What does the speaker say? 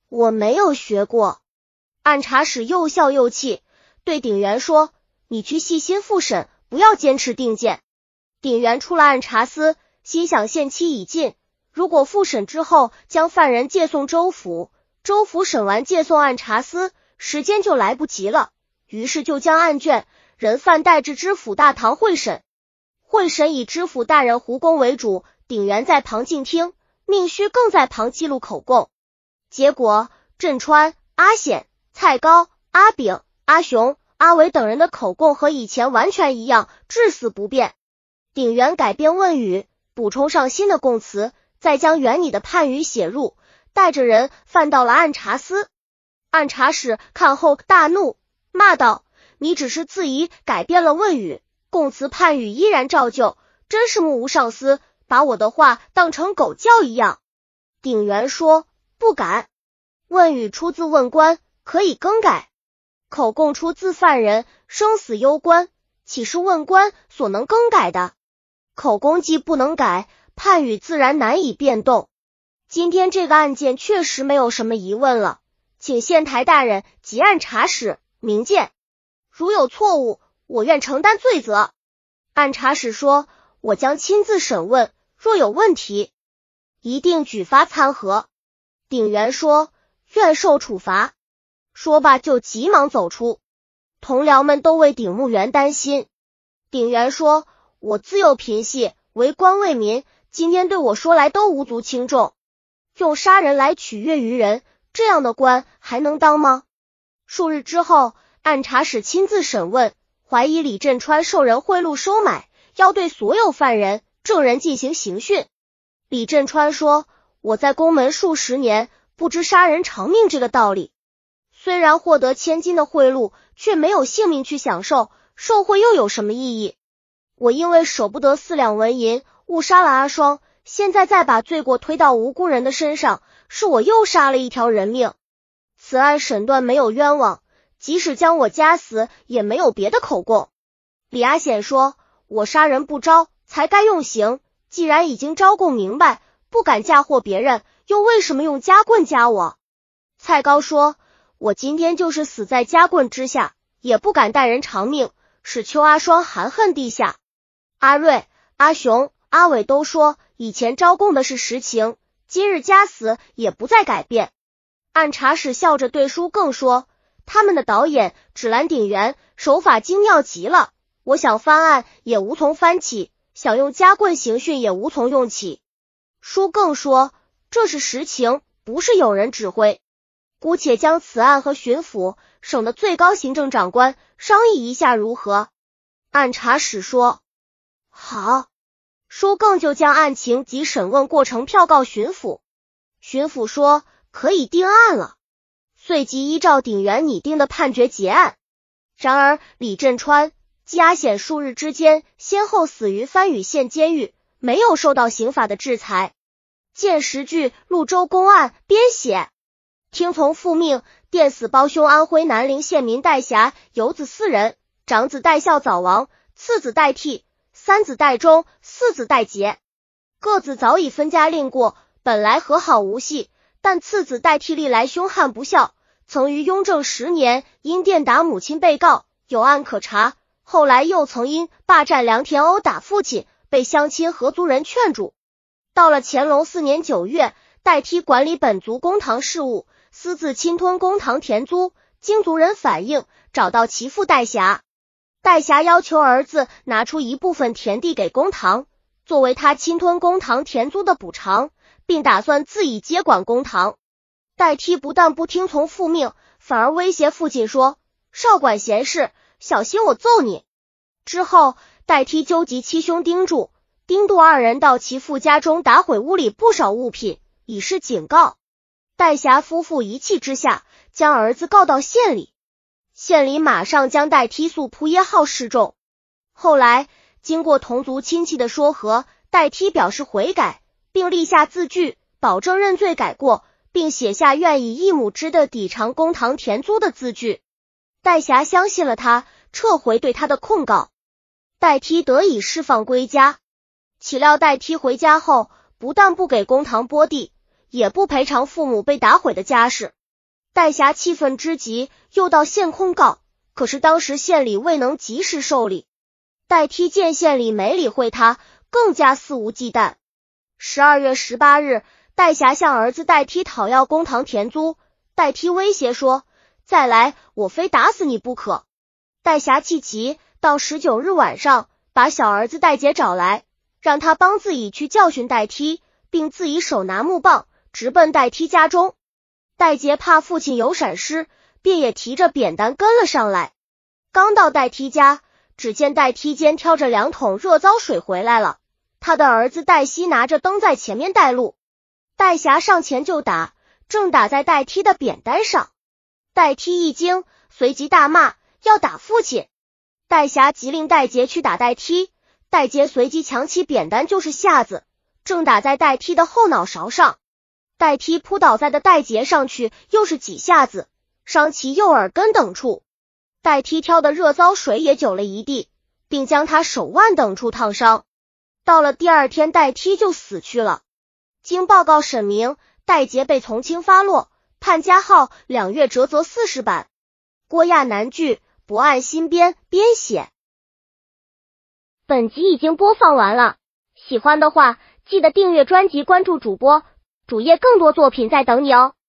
我没有学过。按察使又笑又气，对鼎元说，你去细心复审，不要坚持定见。鼎元出了按察司，心想限期已尽，如果复审之后将犯人借送州府，州府审完借送按察司，时间就来不及了，于是就将案卷、人犯带至知府大堂会审。会审以知府大人胡公为主，鼎元在旁静听，命须更在旁记录口供。结果镇川、阿显、蔡高、阿炳、阿雄、阿伟等人的口供和以前完全一样，至死不变。鼎元改编问语，补充上新的供词，再将原拟的判语写入，带着人犯到了按察司。按察使看后大怒，骂道，你只是自疑改变了问语，供词判语依然照旧，真是目无上司，把我的话当成狗叫一样。鼎元说，不敢。问语出自问官，可以更改。口供出自犯人，生死攸关，岂是问官所能更改的？口供既不能改，判语自然难以变动。今天这个案件确实没有什么疑问了，请县台大人及按察使明鉴，如有错误，我愿承担罪责。按察使说，我将亲自审问，若有问题，一定举发参核。鼎元说，愿受处罚。说罢就急忙走出，同僚们都为鼎牧原担心。鼎元说，我自幼贫系，为官为民，今天对我说来都无足轻重，用杀人来取悦于人，这样的官还能当吗？数日之后，按察使亲自审问，怀疑李振川受人贿赂收买，要对所有犯人、证人进行刑讯。李振川说，我在宫门数十年，不知杀人偿命这个道理。虽然获得千金的贿赂，却没有性命去享受，受贿又有什么意义？我因为舍不得4两纹银，误杀了阿双，现在再把罪过推到无辜人的身上，是我又杀了一条人命。此案审断没有冤枉，即使将我夹死，也没有别的口供。李阿显说，我杀人不招，才该用刑，既然已经招供明白，不敢嫁祸别人，又为什么用夹棍夹我？蔡高说，我今天就是死在夹棍之下，也不敢待人偿命，使邱阿双含恨地下。阿瑞、阿雄、阿伟都说，以前招供的是实情，今日夹死也不再改变。按察使笑着对舒更说，他们的导演只拦鼎元，手法精妙极了，我想翻案也无从翻起，想用夹棍刑讯也无从用起。舒更说，这是实情，不是有人指挥，姑且将此案和巡抚、省的最高行政长官商议一下如何？按察使说，好。舒更就将案情及审问过程票告巡抚，巡抚说可以定案了，遂即依照鼎元拟定的判决结案。然而李振川、季阿显数日之间先后死于番禺县监狱，没有受到刑法的制裁。见实据潞州公案编写。听从父命，电死胞兄安徽南陵县民戴霞、游子4人，长子戴孝早亡，次子戴替，三子戴忠，四子戴杰。各子早已分家另过，本来和好无隙，但次子戴替历来凶悍不孝，曾于雍正10年因电打母亲被告，有案可查，后来又曾因霸占良田殴打父亲，被乡亲合族人劝住。到了乾隆4年9月，戴替管理本族公堂事务，私自侵吞公堂田租，经族人反映，找到其父戴霞。戴霞要求儿子拿出一部分田地给公堂，作为他侵吞公堂田租的补偿，并打算自己接管公堂。戴替不但不听从父命，反而威胁父亲说，少管闲事，小心我揍你。之后戴替纠集7兄丁柱、丁度2人到其父家中打毁屋里不少物品，以示警告。戴霞夫妇一气之下，将儿子告到县里，县里马上将戴替诉扑耶号示众。后来经过同族亲戚的说和，戴替表示悔改，并立下字据，保证认罪改过，并写下愿以1亩之的抵偿公堂田租的字据。戴霞相信了他，撤回对他的控告，戴替得以释放归家。岂料戴替回家后，不但不给公堂拨地，也不赔偿父母被打毁的家事。 戴霞气愤之极，又到县控告，可是当时县里未能及时受理。戴梯见县里没理会他，更加肆无忌惮。12月18日，戴霞向儿子戴梯讨要公堂田租，戴梯威胁说，再来我非打死你不可。戴霞气急，到19日晚上把小儿子戴杰找来，让他帮自己去教训戴梯，并自己手拿木棒直奔戴梯家中。戴杰怕父亲有闪失，便也提着扁担跟了上来。刚到戴梯家，只见戴梯间挑着2桶热糟水回来了，他的儿子戴希拿着灯在前面带路。戴霞上前就打，正打在戴梯的扁担上。戴梯一惊，随即大骂要打父亲。戴霞急令戴杰去打戴梯，戴杰随即抢起扁担就是下子，正打在戴梯的后脑勺上。戴梯扑倒在的戴杰上去又是几下子，伤其右耳根等处。戴梯挑的热糟水也酒了一地，并将他手腕等处烫伤。到了第2天，戴梯就死去了。经报告审明，戴杰被从轻发落，判加号2月折责40板。郭亚南剧，不按新编编写。本集已经播放完了，喜欢的话记得订阅专辑，关注主播，主页更多作品在等你哦。